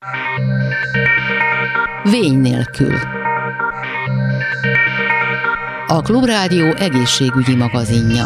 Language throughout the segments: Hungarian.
Vény nélkül. A Klubrádió egészségügyi magazinja.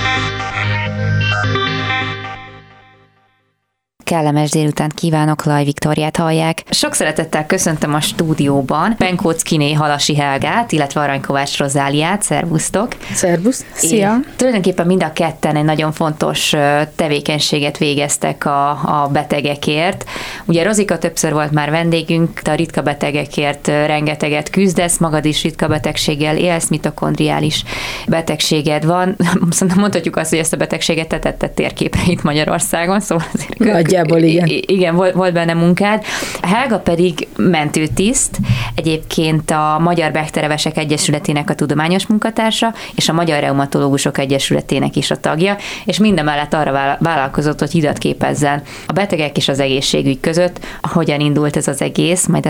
Kellemes délutánt kívánok, Laj Viktóriát hallják. Sok szeretettel köszöntöm a stúdióban Benkóczkiné Halasi Helgát, illetve Aranykovács Rozáliát. Szervusztok! Szervusz! Szia! Tulajdonképpen mind a ketten egy nagyon fontos tevékenységet végeztek a betegekért. Ugye Rozika többször volt már vendégünk, te a ritka betegekért rengeteget küzdesz, magad is ritka betegséggel élsz, mitokondriális betegséged van. Szerintem mondhatjuk azt, hogy ezt a betegséget te tetted térképre itt Magyarországon, szóval azért igen, volt benne munkád. Helga pedig mentőtiszt, egyébként a Magyar Bekterevesek Egyesületének a tudományos munkatársa, és a Magyar Reumatológusok Egyesületének is a tagja, és mindemellett arra vállalkozott, hogy hidat képezzen a betegek és az egészségügy között. Hogyan indult ez az egész, majd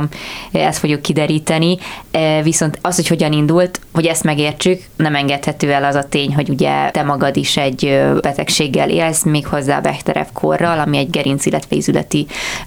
ezt fogjuk kideríteni, viszont az, hogy hogyan indult, hogy ezt megértsük, nem engedhető el az a tény, hogy ugye te magad is egy betegséggel élsz, méghozzá Bechterew-kórral, ami egy gerinc, illetve ízületi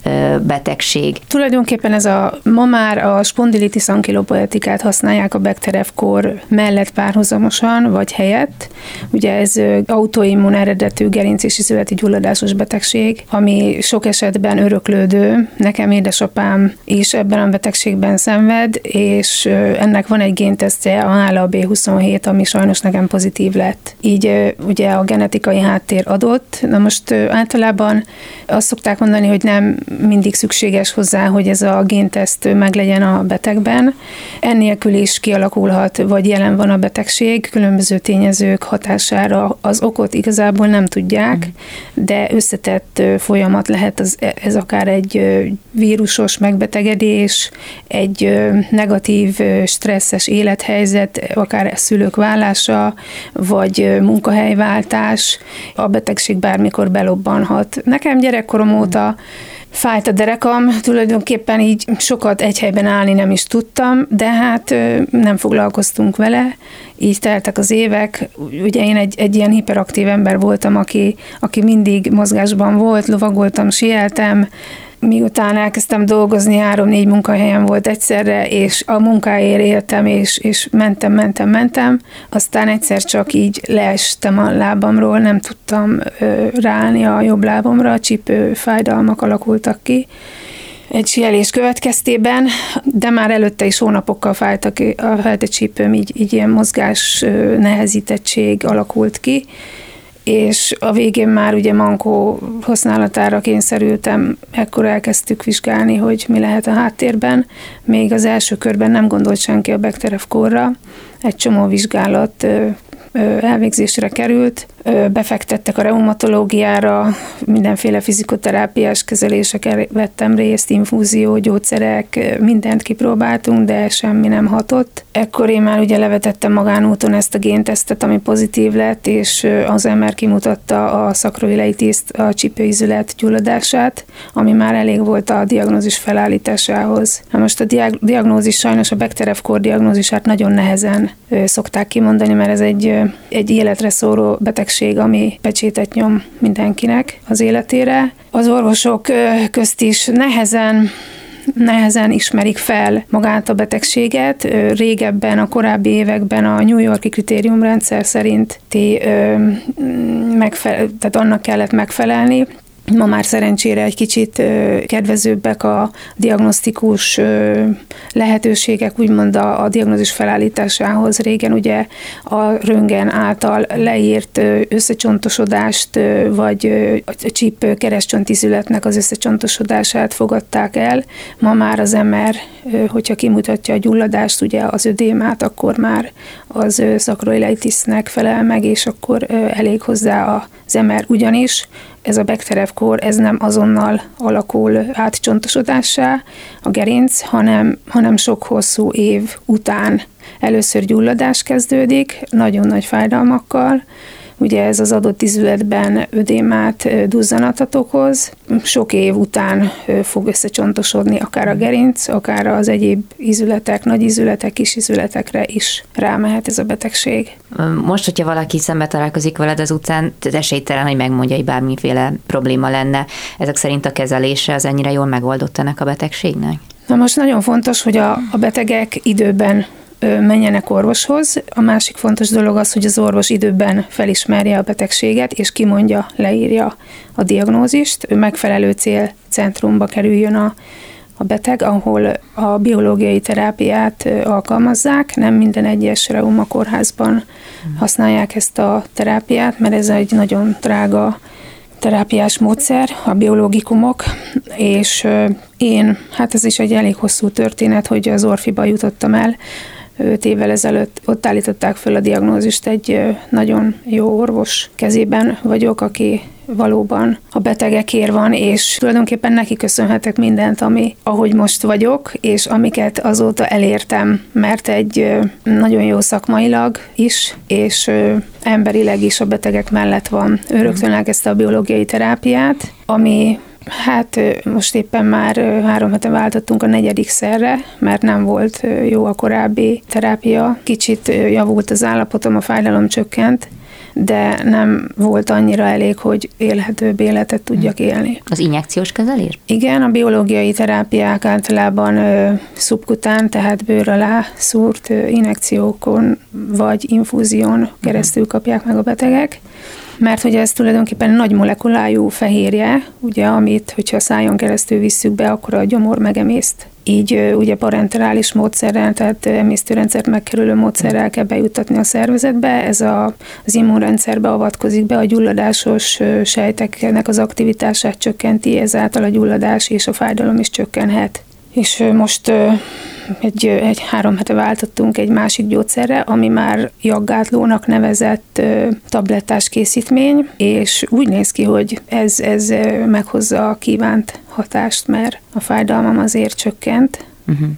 betegség. Tulajdonképpen ma már a spondilitis ankylopoetikát használják a Bechterew-kór mellett párhuzamosan, vagy helyett. Ugye ez autoimmun eredetű gerinc- és ízületi gyulladásos betegség, ami sok esetben öröklődő. Nekem édesapám is ebben a betegségben szenved, és ennek van egy géntesztje, a HLA-B27, ami sajnos nekem pozitív lett. Így ugye a genetikai háttér adott. Na most általában azt szokták mondani, hogy nem mindig szükséges hozzá, hogy ez a génteszt meglegyen a betegben. Ennélkül is kialakulhat, vagy jelen van a betegség, különböző tényezők hatására az okot igazából nem tudják, de összetett folyamat lehet ez akár egy vírusos megbetegedés, egy negatív, stresszes élethelyzet, akár szülők válása, vagy munkahelyváltás. A betegség bármikor belobbanhat. Nekem gyerekkorom óta fájt a derekam, tulajdonképpen így sokat egy helyben állni nem is tudtam, de hát nem foglalkoztunk vele, így teltek az évek. Ugye én egy ilyen hiperaktív ember voltam, aki mindig mozgásban volt, lovagoltam, sieltem, miután elkezdtem dolgozni, 3-4 munkahelyen volt egyszerre, és a munkáért éltem, és mentem, aztán egyszer csak így leestem a lábamról, nem tudtam ráállni a jobb lábamra, a csípő fájdalmak alakultak ki egy síelés következtében, de már előtte is hónapokkal fájt a csípőm, így ilyen mozgás nehezítettség alakult ki, és a végén már ugye mankó használatára kényszerültem, ekkor elkezdtük vizsgálni, hogy mi lehet a háttérben. Még az első körben nem gondolt senki a Bechterew-kórra, egy csomó vizsgálat elvégzésre került, befektettek a reumatológiára, mindenféle fizikoterápiás kezeléseken vettem részt, infúzió, gyógyszerek, mindent kipróbáltunk, de semmi nem hatott. Ekkor én már ugye levetettem magánúton ezt a géntesztet, ami pozitív lett, és az MR kimutatta a szakroileitiszt, a csípőízület gyulladását, ami már elég volt a diagnózis felállításához. Na most a diagnózis sajnos a Bechterew-kór diagnózisát nagyon nehezen szokták kimondani, mert ez egy életre szóró betegség, ami pecsétet nyom mindenkinek az életére. Az orvosok közt is nehezen ismerik fel magát a betegséget. Régebben, a korábbi években a New York-i kritériumrendszer szerint tehát annak kellett megfelelni. Ma már szerencsére egy kicsit kedvezőbbek a diagnosztikus lehetőségek, úgymond a diagnózis felállításához. Régen ugye a röntgen által leírt összecsontosodást, vagy a csípő keresztcsontizületnek az összecsontosodását fogadták el. Ma már az MR, hogyha kimutatja a gyulladást, ugye az ödémát, akkor már az szakroileitisnek felel meg, és akkor elég hozzá az MR, ugyanis ez a Bechterew-kór, ez nem azonnal alakul átcsontosodássá a gerinc, hanem sok hosszú év után először gyulladás kezdődik, nagyon nagy fájdalmakkal. ugye ez az adott ízületben ödémát, duzzanatot okoz. Sok év után fog összecsontosodni akár a gerinc, akár az egyéb ízületek, nagy ízületek, kis ízületekre is rámehet ez a betegség. Most, hogyha valaki szembe találkozik veled az utcán, esélytelen, hogy megmondja, hogy bármiféle probléma lenne. Ezek szerint a kezelése az ennyire jól megoldott ennek a betegségnek? Na most nagyon fontos, hogy a betegek időben menjenek orvoshoz. A másik fontos dolog az, hogy az orvos időben felismerje a betegséget, és kimondja, leírja a diagnózist, megfelelő célcentrumba kerüljön a beteg, ahol a biológiai terápiát alkalmazzák. Nem minden egyes reumakórházban használják ezt a terápiát, mert ez egy nagyon drága terápiás módszer, a biológikumok, és ez is egy elég hosszú történet, hogy az Orfiba jutottam el 5 évvel ezelőtt, ott állították föl a diagnózist, egy nagyon jó orvos kezében vagyok, aki valóban a betegekért van, és tulajdonképpen neki köszönhetek mindent, ahogy most vagyok, és amiket azóta elértem, mert egy nagyon jó szakmailag is, és emberileg is a betegek mellett van. Ő rögtön elkezdte a biológiai terápiát, ami most éppen már 3 hete váltottunk a 4. szerre, mert nem volt jó a korábbi terápia. Kicsit javult az állapotom, a fájdalom csökkent, de nem volt annyira elég, hogy élhetőbb életet tudjak élni. Az injekciós kezelés? Igen, a biológiai terápiák általában szubkután, tehát bőr alá szúrt injekciókon vagy infúzión keresztül kapják meg a betegek, mert hogy ez tulajdonképpen nagy molekulájú fehérje, ugye, amit, hogyha a szájon keresztül visszük be, akkor a gyomor megemészt. Így ugye parenterális módszerrel, tehát emésztőrendszert megkerülő módszerrel kell bejuttatni a szervezetbe, ez az immunrendszerbe avatkozik be, a gyulladásos sejteknek az aktivitását csökkenti, ezáltal a gyulladás és a fájdalom is csökkenhet. És most egy 3 hete váltottunk egy másik gyógyszerre, ami már jaggátlónak nevezett tablettás készítmény, és úgy néz ki, hogy ez meghozza a kívánt hatást, mert a fájdalmam azért csökkent,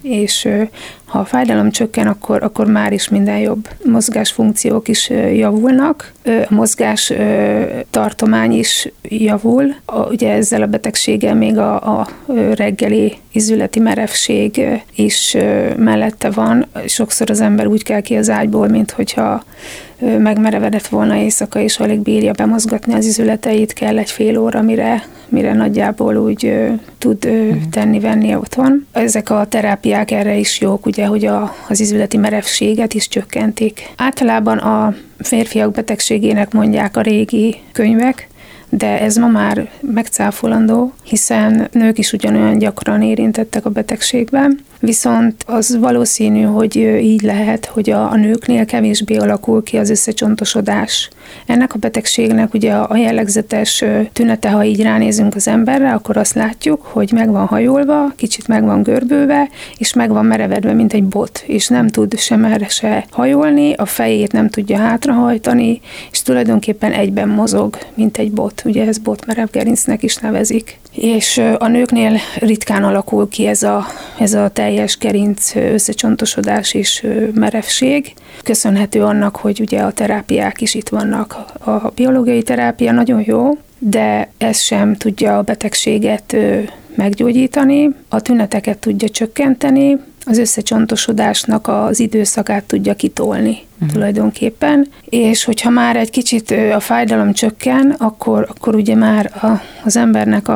és ha a fájdalom csökken, akkor már is minden jobb. Mozgásfunkciók is javulnak, a mozgás tartomány is javul. Ugye ezzel a betegséggel még a reggeli izületi merevség is mellette van. Sokszor az ember úgy kell ki az ágyból, mint hogyha megmerevedett volna éjszaka, és alig bírja bemozgatni az izületeit, kell egy fél óra, mire nagyjából úgy tud tenni-venni otthon. Ezek a terápiák erre is jók, ugye, hogy az izületi merevséget is csökkentik. Általában a férfiak betegségének mondják a régi könyvek, de ez ma már megcáfolandó, hiszen nők is ugyanolyan gyakran érintettek a betegségben, viszont az valószínű, hogy így lehet, hogy a nőknél kevésbé alakul ki az összecsontosodás. Ennek a betegségnek ugye a jellegzetes tünete, ha így ránézünk az emberre, akkor azt látjuk, hogy meg van hajolva, kicsit meg van görbülve, és meg van merevedve, mint egy bot, és nem tud sem erre se hajolni, a fejét nem tudja hátrahajtani, és tulajdonképpen egyben mozog, mint egy bot. Ugye ez botmerev gerincnek is nevezik. És a nőknél ritkán alakul ki ez a teljes gerinc összecsontosodás és merevség. Köszönhető annak, hogy ugye a terápiák is itt vannak. A biológiai terápia nagyon jó, de ez sem tudja a betegséget meggyógyítani, a tüneteket tudja csökkenteni, az összecsontosodásnak az időszakát tudja kitolni tulajdonképpen, és hogyha már egy kicsit a fájdalom csökken, akkor ugye már az embernek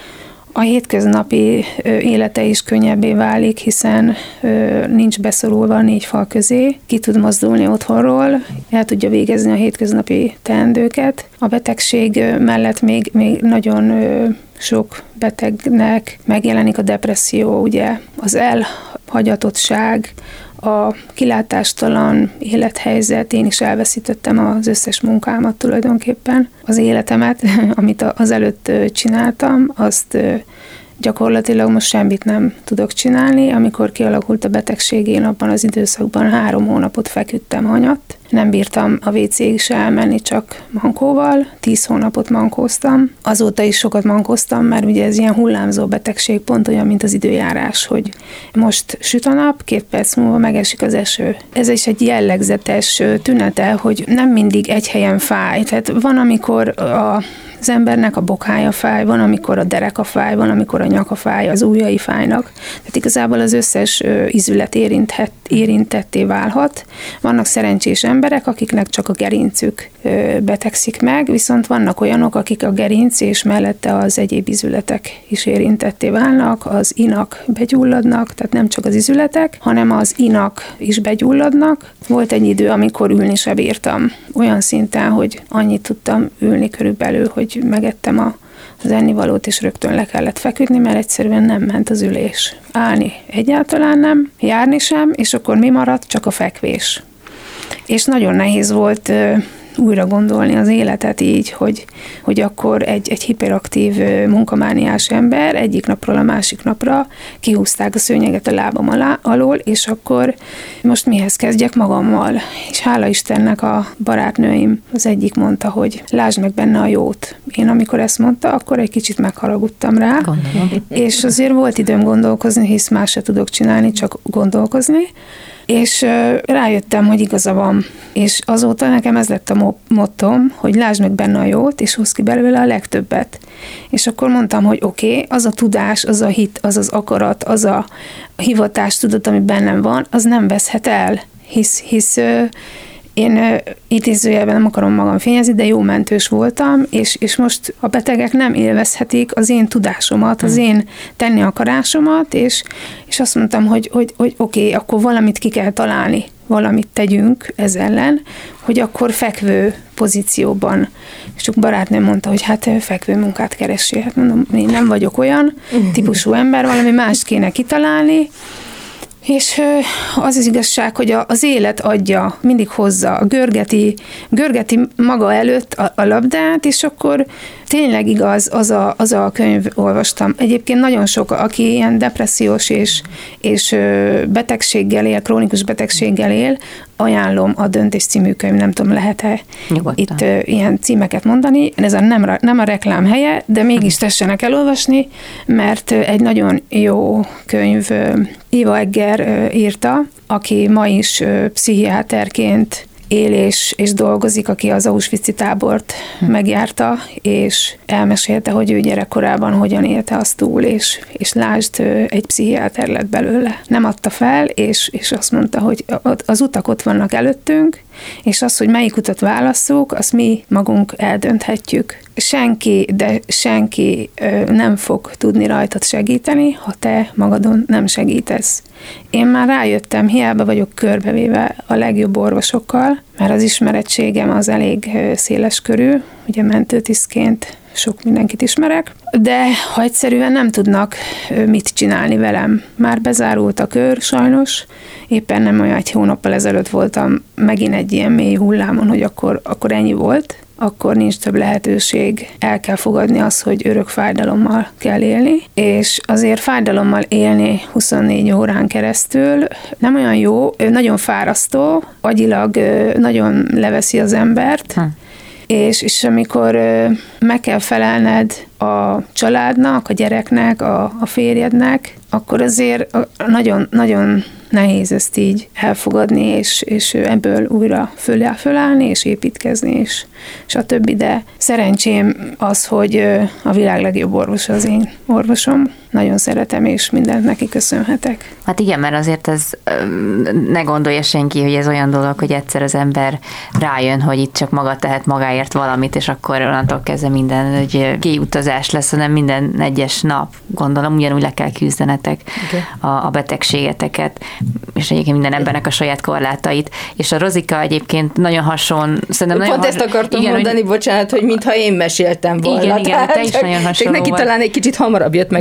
a hétköznapi élete is könnyebbé válik, hiszen nincs beszorulva a 4 fal közé, ki tud mozdulni otthonról, el tudja végezni a hétköznapi teendőket. A betegség mellett még nagyon sok betegnek megjelenik a depresszió, ugye az elhagyatottság, a kilátástalan élethelyzet, én is elveszítettem az összes munkámat tulajdonképpen. Az életemet, amit az előtt csináltam, azt gyakorlatilag most semmit nem tudok csinálni. Amikor kialakult a betegség, én abban az időszakban 3 hónapot feküdtem hanyat. Nem bírtam a WC-ig se elmenni, csak mankóval. 10 hónapot mankóztam. Azóta is sokat mankóztam, mert ugye ez ilyen hullámzó betegség, pont olyan, mint az időjárás, hogy most süt a nap, 2 perc múlva megesik az eső. Ez is egy jellegzetes tünete, hogy nem mindig egy helyen fáj. Tehát van, amikor az embernek a bokája fáj, van, amikor a dereka fáj, van, amikor a nyaka fáj, az ujjai fájnak. Tehát igazából az összes izület érintetté válhat. Vannak szerencsés emberek, akiknek csak a gerincük betegszik meg, viszont vannak olyanok, akik a gerinc és mellette az egyéb izületek is érintetté válnak, az inak begyulladnak, tehát nem csak az izületek, hanem az inak is begyulladnak. Volt egy idő, amikor ülni se bírtam. Olyan szinten, hogy annyit tudtam ülni körülbelül, hogy megettem az ennivalót, és rögtön le kellett feküdni, mert egyszerűen nem ment az ülés. Állni egyáltalán nem, járni sem, és akkor mi maradt? Csak a fekvés. És nagyon nehéz volt újra gondolni az életet így, hogy akkor egy hiperaktív munkamániás ember egyik napról a másik napra kihúzták a szőnyeget a lábam alól, és akkor most mihez kezdjek magammal. És hála Istennek a barátnőim, az egyik mondta, hogy lásd meg benne a jót. Én amikor ezt mondta, akkor egy kicsit megharagudtam rá, és azért volt időm gondolkozni, hisz más se tudok csinálni, csak gondolkozni, és rájöttem, hogy igaza van. És azóta nekem ez lett a mottom, hogy lásd meg benne a jót, és hozz ki belőle a legtöbbet. És akkor mondtam, hogy oké, az a tudás, az a hit, az az akarat, az a hivatás tudat, ami bennem van, az nem veszhet el, hisz én idézőjelben nem akarom magam fényezni, de jó mentős voltam, és most a betegek nem élvezhetik az én tudásomat, az én tenni akarásomat, és azt mondtam, hogy oké, akkor valamit ki kell találni, valamit tegyünk ez ellen, hogy akkor fekvő pozícióban. És csak barátnőm mondta, hogy hát fekvő munkát keressél. Hát mondom, én nem vagyok olyan típusú ember, valami mást kéne kitalálni, és az igazság, hogy az élet adja, mindig hozza, görgeti maga előtt a labdát, és akkor tényleg igaz, az a könyv olvastam. Egyébként nagyon sok, aki ilyen depressziós és betegséggel él, krónikus betegséggel él, ajánlom a Döntés című könyv, nem tudom, lehet-e itt ilyen címeket mondani. Ez nem a reklám helye, de mégis tessenek elolvasni, mert egy nagyon jó könyv, Eva Egger írta, aki ma is pszichiáterként él és dolgozik, aki az Auschwitz-i tábort megjárta, és elmesélte, hogy ő gyerekkorában hogyan élte azt túl, és lásd, egy pszichiáter lett belőle. Nem adta fel, és azt mondta, hogy az utak ott vannak előttünk, és az, hogy melyik utat válasszuk, azt mi magunk eldönthetjük. Senki nem fog tudni rajtad segíteni, ha te magadon nem segítesz. Én már rájöttem, hiába vagyok körbevéve a legjobb orvosokkal, mert az ismerettségem az elég széles körű, ugye mentőtisztként sok mindenkit ismerek, de ha egyszerűen nem tudnak mit csinálni velem. Már bezárult a kör, sajnos. Éppen nem olyan 1 hónappal ezelőtt voltam megint egy ilyen mély hullámon, hogy akkor ennyi volt, akkor nincs több lehetőség. El kell fogadni azt, hogy örök fájdalommal kell élni, és azért fájdalommal élni 24 órán keresztül nem olyan jó, nagyon fárasztó, agyilag nagyon leveszi az embert, és amikor meg kell felelned a családnak, a gyereknek, a férjednek, akkor azért nagyon, nagyon nehéz ezt így elfogadni, és ebből újra fölállni, és építkezni, és a többi, de szerencsém az, hogy a világ legjobb orvos az én orvosom. Nagyon szeretem, és mindent neki köszönhetek. Hát igen, mert azért ez ne gondolja senki, hogy ez olyan dolog, hogy egyszer az ember rájön, hogy itt csak maga tehet magáért valamit, és akkor onnantól kezdve minden egy kiutazás lesz, hanem minden egyes nap, gondolom, ugyanúgy le kell küzdenetek a betegségeteket, és egyébként minden embernek a saját korlátait. És a Rozika egyébként nagyon hasonló. Pont ezt akartam mondani, bocsánat, hogy mintha én meséltem volna. Igen, te is nagyon hasonló neki volt. talán egy kicsit hamarabb jött meg a diagnózis,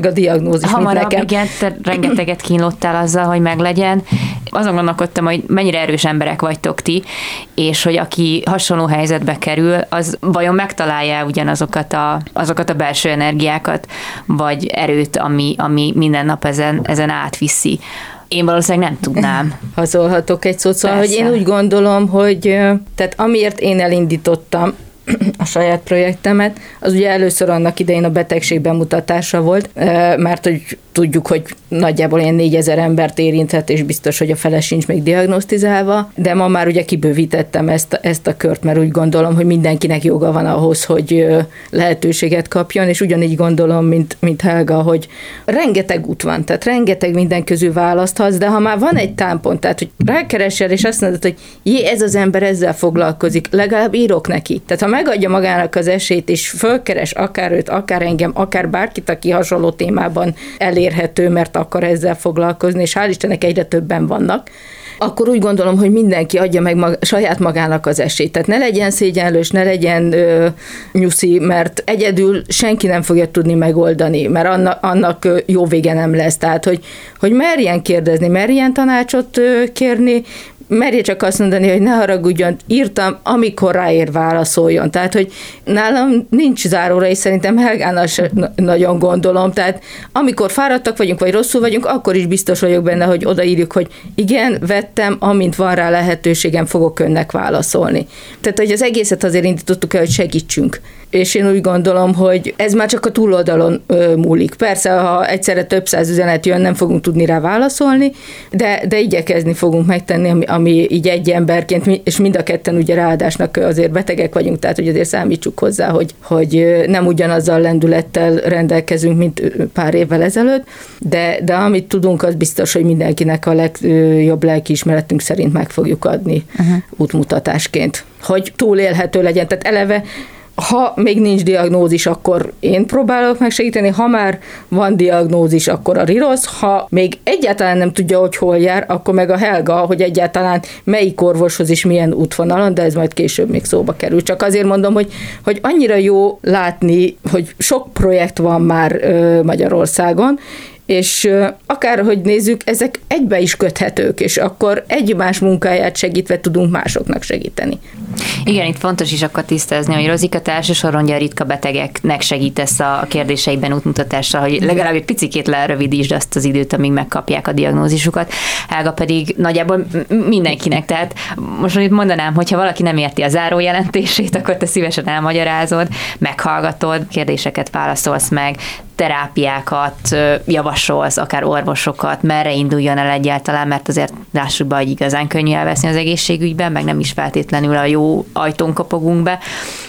diagnózis, mint nekem. Igen, te rengeteget kínlottál azzal, hogy meglegyen. Azon gondolkodtam, hogy mennyire erős emberek vagytok ti, és hogy aki hasonló helyzetbe kerül, az vajon megtalálja ugyanazokat a belső energiákat, vagy erőt, ami minden nap ezen átviszi. Én valószínűleg nem tudnám. Ha szólhatok egy szót, szóval, hogy én úgy gondolom, hogy tehát amiért én elindítottam a saját projektemet, az ugye először annak idején a betegség bemutatása volt, mert hogy tudjuk, hogy nagyjából ilyen 4000 embert érinthet, és biztos, hogy a fele sincs még diagnosztizálva, de ma már ugye kibővítettem ezt a kört, mert úgy gondolom, hogy mindenkinek joga van ahhoz, hogy lehetőséget kapjon, és ugyanígy gondolom, mint Helga, hogy rengeteg út van, tehát rengeteg minden közül választhatsz, de ha már van egy támpont, tehát hogy rákeresel, és azt mondod, hogy ez az ember ezzel foglalkozik, legalább írok neki. Tehát ha megadja magának az esélyt, és fölkeres akár őt, akár engem, akár bárkit, aki hasonló témában elérhető, mert akar ezzel foglalkozni, és hál' Istennek egyre többen vannak, akkor úgy gondolom, hogy mindenki adja meg saját magának az esélyt. Tehát ne legyen szégyenlős, ne legyen nyuszi, mert egyedül senki nem fogja tudni megoldani, mert annak jó vége nem lesz. Tehát, hogy merjen kérdezni, merjen tanácsot kérni, merje csak azt mondani, hogy ne haragudjon, írtam, amikor ráér, válaszoljon. Tehát, hogy nálam nincs záróra, és szerintem Helgánnal sem nagyon gondolom. Tehát amikor fáradtak vagyunk, vagy rosszul vagyunk, akkor is biztos vagyok benne, hogy odaírjuk, hogy igen, vettem, amint van rá lehetőségem, fogok önnek válaszolni. Tehát, hogy az egészet azért indítottuk el, hogy segítsünk. És én úgy gondolom, hogy ez már csak a túloldalon múlik. Persze, ha egyszerre több száz üzenet jön, nem fogunk tudni rá válaszolni, de igyekezni fogunk megtenni, ami így egy emberként, és mind a ketten ugye ráadásnak azért betegek vagyunk, tehát hogy azért számítsuk hozzá, hogy nem ugyanazzal lendülettel rendelkezünk, mint pár évvel ezelőtt, de amit tudunk, az biztos, hogy mindenkinek a legjobb lelkiismeretünk szerint meg fogjuk adni útmutatásként, hogy túlélhető legyen. Tehát eleve ha még nincs diagnózis, akkor én próbálok megsegíteni, ha már van diagnózis, akkor a Rirosz, ha még egyáltalán nem tudja, hogy hol jár, akkor meg a Helga, hogy egyáltalán melyik orvoshoz is milyen útvonalon, de ez majd később még szóba kerül. Csak azért mondom, hogy annyira jó látni, hogy sok projekt van már Magyarországon, és akárhogy nézzük, ezek egybe is köthetők, és akkor egymás munkáját segítve tudunk másoknak segíteni. Igen, itt fontos is akkor tisztázni, hogy Rozika, te elsősorban a ritka betegeknek segítesz a kérdéseiben útmutatással, hogy legalább egy picikét lerövidítsd azt az időt, amíg megkapják a diagnózisukat. Helga pedig nagyjából mindenkinek, tehát most itt mondanám, hogyha valaki nem érti a zárójelentését, akkor te szívesen elmagyarázod, meghallgatod, kérdéseket válaszolsz meg, terápiákat javasolsz, akár orvosokat, merre induljon el egyáltalán, mert azért lássuk be, hogy igazán könnyű elveszni az egészségügyben, meg nem is feltétlenül a jó ajtón kopogunk be.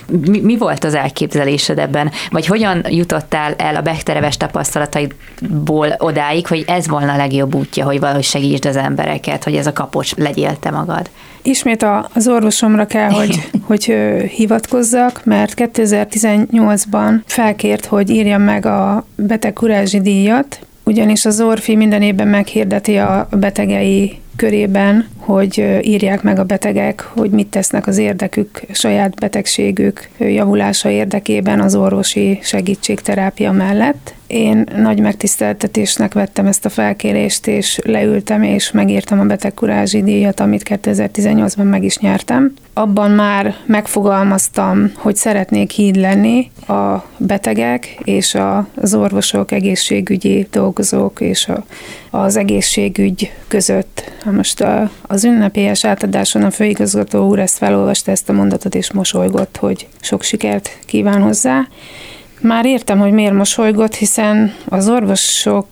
Mi volt az elképzelésed ebben? Vagy hogyan jutottál el a bektereves tapasztalataidból odáig, hogy ez volna a legjobb útja, hogy valahogy segítsd az embereket, hogy ez a kapocs legyél te magad? Ismét az orvosomra kell, hogy hivatkozzak, mert 2018-ban felkért, hogy írjam meg a betegkurázsi díjat, ugyanis az Orfi minden évben meghirdeti a betegei körében, hogy írják meg a betegek, hogy mit tesznek az érdekük, saját betegségük javulása érdekében az orvosi segítségterápia mellett. Én nagy megtiszteltetésnek vettem ezt a felkérést, és leültem, és megírtam a betegkurázsi díjat, amit 2018-ban meg is nyertem. Abban már megfogalmaztam, hogy szeretnék híd lenni a betegek és az orvosok, egészségügyi dolgozók és az egészségügy között. Most az ünnepélyes átadáson a főigazgató úr ezt felolvasta, ezt a mondatot, és mosolygott, hogy sok sikert kíván hozzá. Már értem, hogy miért mosolygott, hiszen az orvosok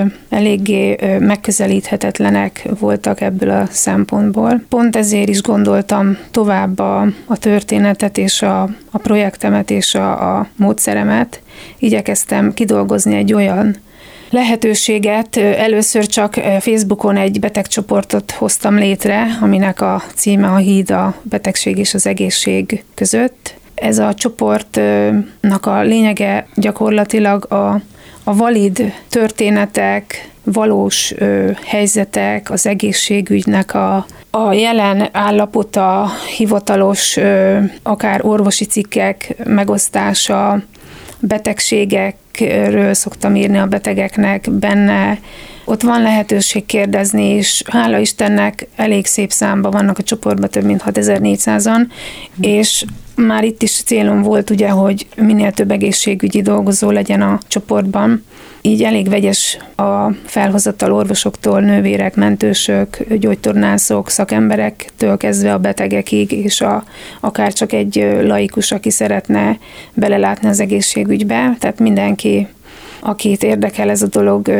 eléggé megközelíthetetlenek voltak ebből a szempontból. Pont ezért is gondoltam tovább a történetet és a projektemet és a módszeremet. Igyekeztem kidolgozni egy olyan lehetőséget. Először csak Facebookon egy betegcsoportot hoztam létre, aminek a címe a Híd a betegség és az egészség között. Ez a csoportnak a lényege gyakorlatilag a valid történetek, valós helyzetek, az egészségügynek a jelen állapota, hivatalos, akár orvosi cikkek megosztása, betegségek amikről szoktam írni a betegeknek, benne ott van lehetőség kérdezni, és hála Istennek elég szép számban vannak a csoportban, több mint 6400-an, és már itt is célom volt ugye, hogy minél több egészségügyi dolgozó legyen a csoportban. Így elég vegyes a felhozatal orvosoktól, nővérek, mentősök, gyógytornászok, szakemberektől kezdve a betegekig, és akár csak egy laikus, aki szeretne belelátni az egészségügybe. Tehát mindenki, akit érdekel ez a dolog,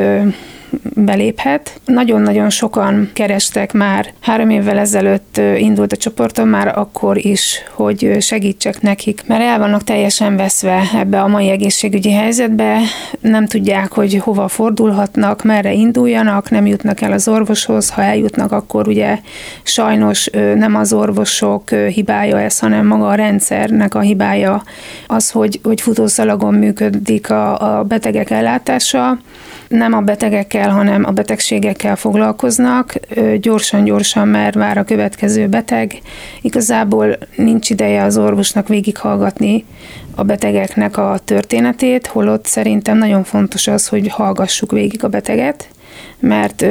beléphet. Nagyon-nagyon sokan kerestek már. 3 évvel ezelőtt indult a csoportom, már akkor is, hogy segítsek nekik, mert el vannak teljesen veszve ebbe a mai egészségügyi helyzetbe, nem tudják, hogy hova fordulhatnak, merre induljanak, nem jutnak el az orvoshoz, ha eljutnak, akkor ugye sajnos nem az orvosok hibája ez, hanem maga a rendszernek a hibája az, hogy futószalagon működik a betegek ellátása, nem a betegekkel, hanem a betegségekkel foglalkoznak, gyorsan, mert vár a következő beteg. Igazából nincs ideje az orvosnak végighallgatni a betegeknek a történetét, holott szerintem nagyon fontos az, hogy hallgassuk végig a beteget, mert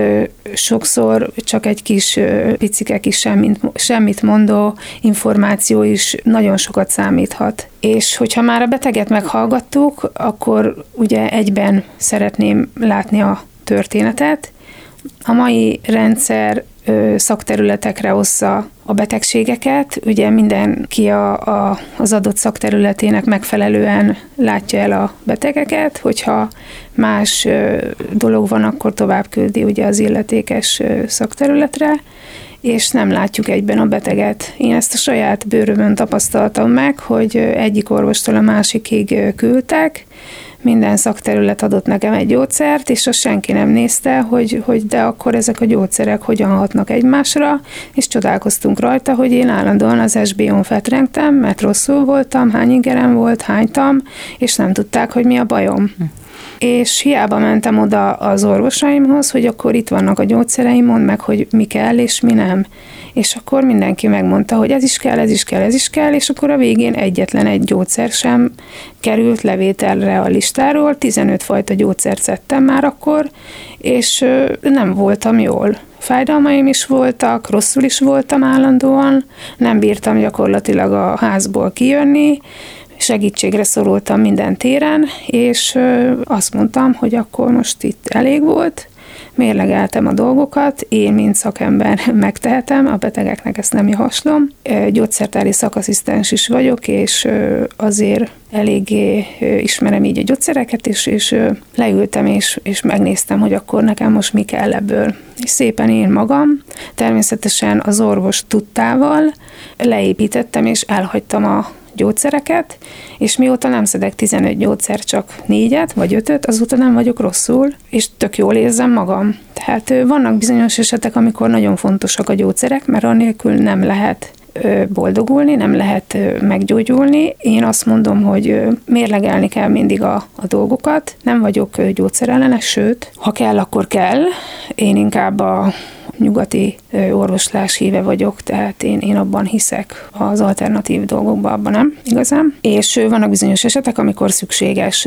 sokszor csak egy kis picike kis semmit mondó információ is nagyon sokat számíthat. És hogyha már a beteget meghallgattuk, akkor ugye egyben szeretném látni a történetet. A mai rendszer szakterületekre ossza a betegségeket, ugye mindenki az adott szakterületének megfelelően látja el a betegeket, hogyha más dolog van, akkor tovább küldi ugye az illetékes szakterületre, és nem látjuk egyben a beteget. Én ezt a saját bőrömön tapasztaltam meg, hogy egyik orvostól a másikig küldtek, minden szakterület adott nekem egy gyógyszert, és azt senki nem nézte, hogy de akkor ezek a gyógyszerek hogyan hatnak egymásra, és csodálkoztunk rajta, hogy én állandóan az SBO-n fetrengtem, mert rosszul voltam, hány ingerem volt, hánytam, és nem tudták, hogy mi a bajom. És hiába mentem oda az orvosaimhoz, hogy akkor itt vannak a gyógyszereim, mondd meg, hogy mi kell és mi nem. És akkor mindenki megmondta, hogy ez is kell, és akkor a végén egyetlen egy gyógyszer sem került levételre a listáról, 15 fajta gyógyszert szedtem már akkor, és nem voltam jól. Fájdalmaim is voltak, rosszul is voltam állandóan, nem bírtam gyakorlatilag a házból kijönni, segítségre szorultam minden téren, és azt mondtam, hogy akkor most itt elég volt, mérlegeltem a dolgokat, én, mint szakember megtehetem, a betegeknek ezt nem javaslom. Gyógyszertári szakasszisztens is vagyok, és azért eléggé ismerem így a gyógyszereket, és leültem, és megnéztem, hogy akkor nekem most mi kell ebből. És szépen én magam, természetesen az orvos tudtával leépítettem, és elhagytam a gyógyszereket, és mióta nem szedek 15 gyógyszer, csak 4-et vagy 5-öt, azóta nem vagyok rosszul, és tök jól érzem magam. Tehát vannak bizonyos esetek, amikor nagyon fontosak a gyógyszerek, mert annélkül nem lehet boldogulni, nem lehet meggyógyulni. Én azt mondom, hogy mérlegelni kell mindig a dolgokat. Nem vagyok gyógyszerellenes, sőt, ha kell, akkor kell. Én inkább a nyugati orvoslás híve vagyok, tehát én abban hiszek, az alternatív dolgokban abban nem igazán. És vannak bizonyos esetek, amikor szükséges,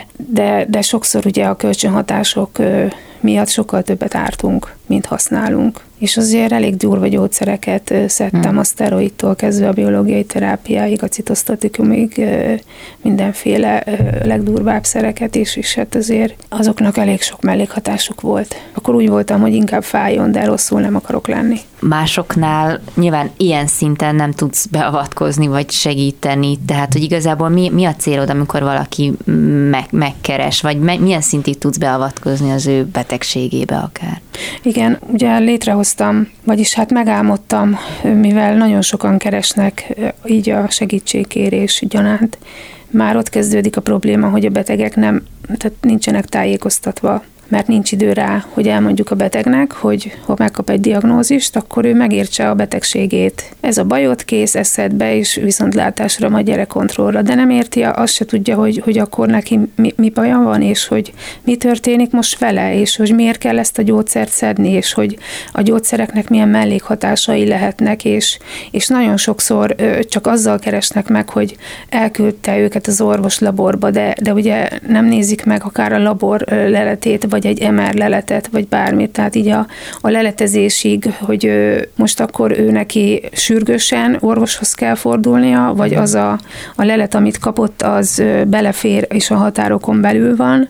de sokszor ugye a kölcsönhatások miatt sokkal többet ártunk, mint használunk. És azért elég durva gyógyszereket szedtem, a szteroidtól kezdve a biológiai terápiáig, a citosztatikumig, mindenféle legdurvább szereket is, és hát azért azoknak elég sok mellékhatásuk volt. Akkor úgy voltam, hogy inkább fájjon, de rosszul nem akarok lenni. Másoknál nyilván ilyen szinten nem tudsz beavatkozni, vagy segíteni, tehát hogy igazából mi a célod, amikor valaki megkeres, vagy milyen szintig tudsz beavatkozni az ő betegségébe akár? Igen, ugye létrehoztam, vagyis hát megálmodtam, mivel nagyon sokan keresnek így a segítségkérés gyanánt. Már ott kezdődik a probléma, hogy a betegek tehát nincsenek tájékoztatva mert nincs idő rá, hogy elmondjuk a betegnek, hogy ha megkap egy diagnózist, akkor ő megértse a betegségét. Ez a bajod, kész, eszed be, és viszontlátásra, majd gyerekkontrollra, de nem érti, azt se tudja, hogy akkor neki mi baja van, és hogy mi történik most vele, és hogy miért kell ezt a gyógyszert szedni, és hogy a gyógyszereknek milyen mellékhatásai lehetnek, és nagyon sokszor csak azzal keresnek meg, hogy elküldte őket az orvos laborba, de ugye nem nézik meg akár a labor leletét, vagy egy MR leletet, vagy bármit, tehát így a leletezésig, hogy most akkor ő neki sürgősen orvoshoz kell fordulnia, vagy az a lelet, amit kapott, az belefér, és a határokon belül van,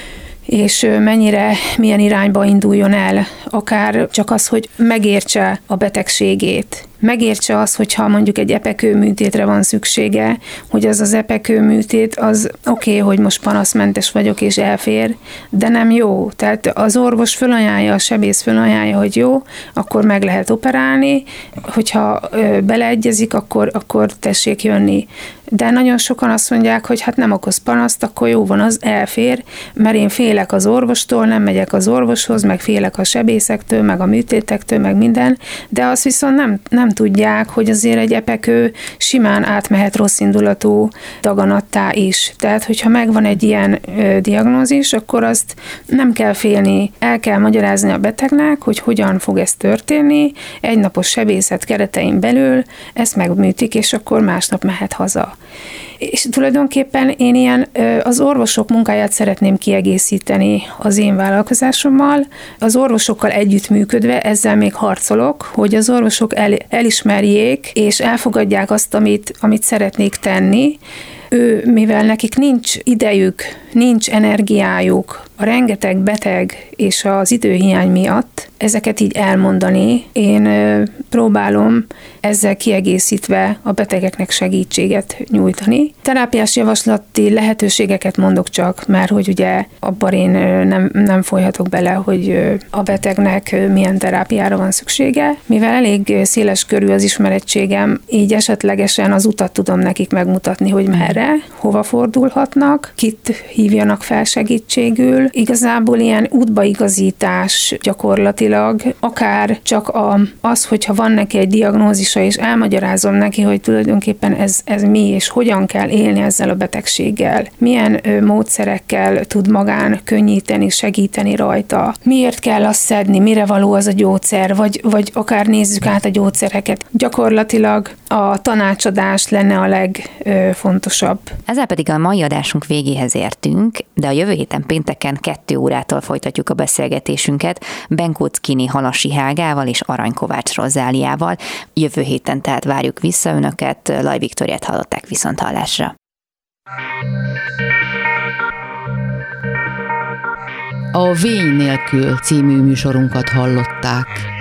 és milyen irányba induljon el, akár csak az, hogy megértse a betegségét. Megértse azt, hogyha mondjuk egy epekőműtétre van szüksége, hogy az epekőműtét az oké, hogy most panaszmentes vagyok és elfér, de nem jó. Tehát az orvos fölajánlja, a sebész fölajánlja, hogy jó, akkor meg lehet operálni, hogyha beleegyezik, akkor tessék jönni. De nagyon sokan azt mondják, hogy hát nem okoz panaszt, akkor jó van, az elfér, mert én félek az orvostól, nem megyek az orvoshoz, meg félek a sebészektől, meg a műtétektől, meg minden, de azt viszont nem tudják, hogy azért egy epekő simán átmehet rosszindulatú daganattá is. Tehát, hogyha megvan egy ilyen diagnózis, akkor azt nem kell félni, el kell magyarázni a betegnek, hogy hogyan fog ez történni, egynapos sebészet keretein belül ezt megműtik, és akkor másnap mehet haza. És tulajdonképpen én az orvosok munkáját szeretném kiegészíteni az én vállalkozásommal. Az orvosokkal együttműködve ezzel még harcolok, hogy az orvosok elismerjék és elfogadják azt, amit szeretnék tenni. Mivel nekik nincs idejük, nincs energiájuk, a rengeteg beteg és az időhiány miatt ezeket így elmondani, én próbálom ezzel kiegészítve a betegeknek segítséget nyújtani. Terápiás javaslati lehetőségeket mondok csak, mert hogy ugye abban én nem folyhatok bele, hogy a betegnek milyen terápiára van szüksége. Mivel elég széles körű az ismerettségem, így esetlegesen az utat tudom nekik megmutatni, hogy merre, hova fordulhatnak, kit hívjanak fel segítségül. Igazából ilyen útbaigazítás gyakorlatilag, akár csak az, hogyha van neki egy diagnózisa, és elmagyarázom neki, hogy tulajdonképpen ez mi, és hogyan kell élni ezzel a betegséggel, milyen módszerekkel tud magán könnyíteni, segíteni rajta, miért kell azt szedni, mire való az a gyógyszer, vagy akár nézzük át a gyógyszereket. Gyakorlatilag a tanácsadás lenne a legfontosabb. Ezzel pedig a mai adásunk végéhez értünk, de a jövő héten pénteken 2 órától folytatjuk a beszélgetésünket Benkóczkini Halasi Hágával és Arany Kovács Rozáliával. Jövő héten tehát várjuk vissza önöket, Laj Viktóriát hallották, viszonthallásra. A Vény nélkül című műsorunkat hallották.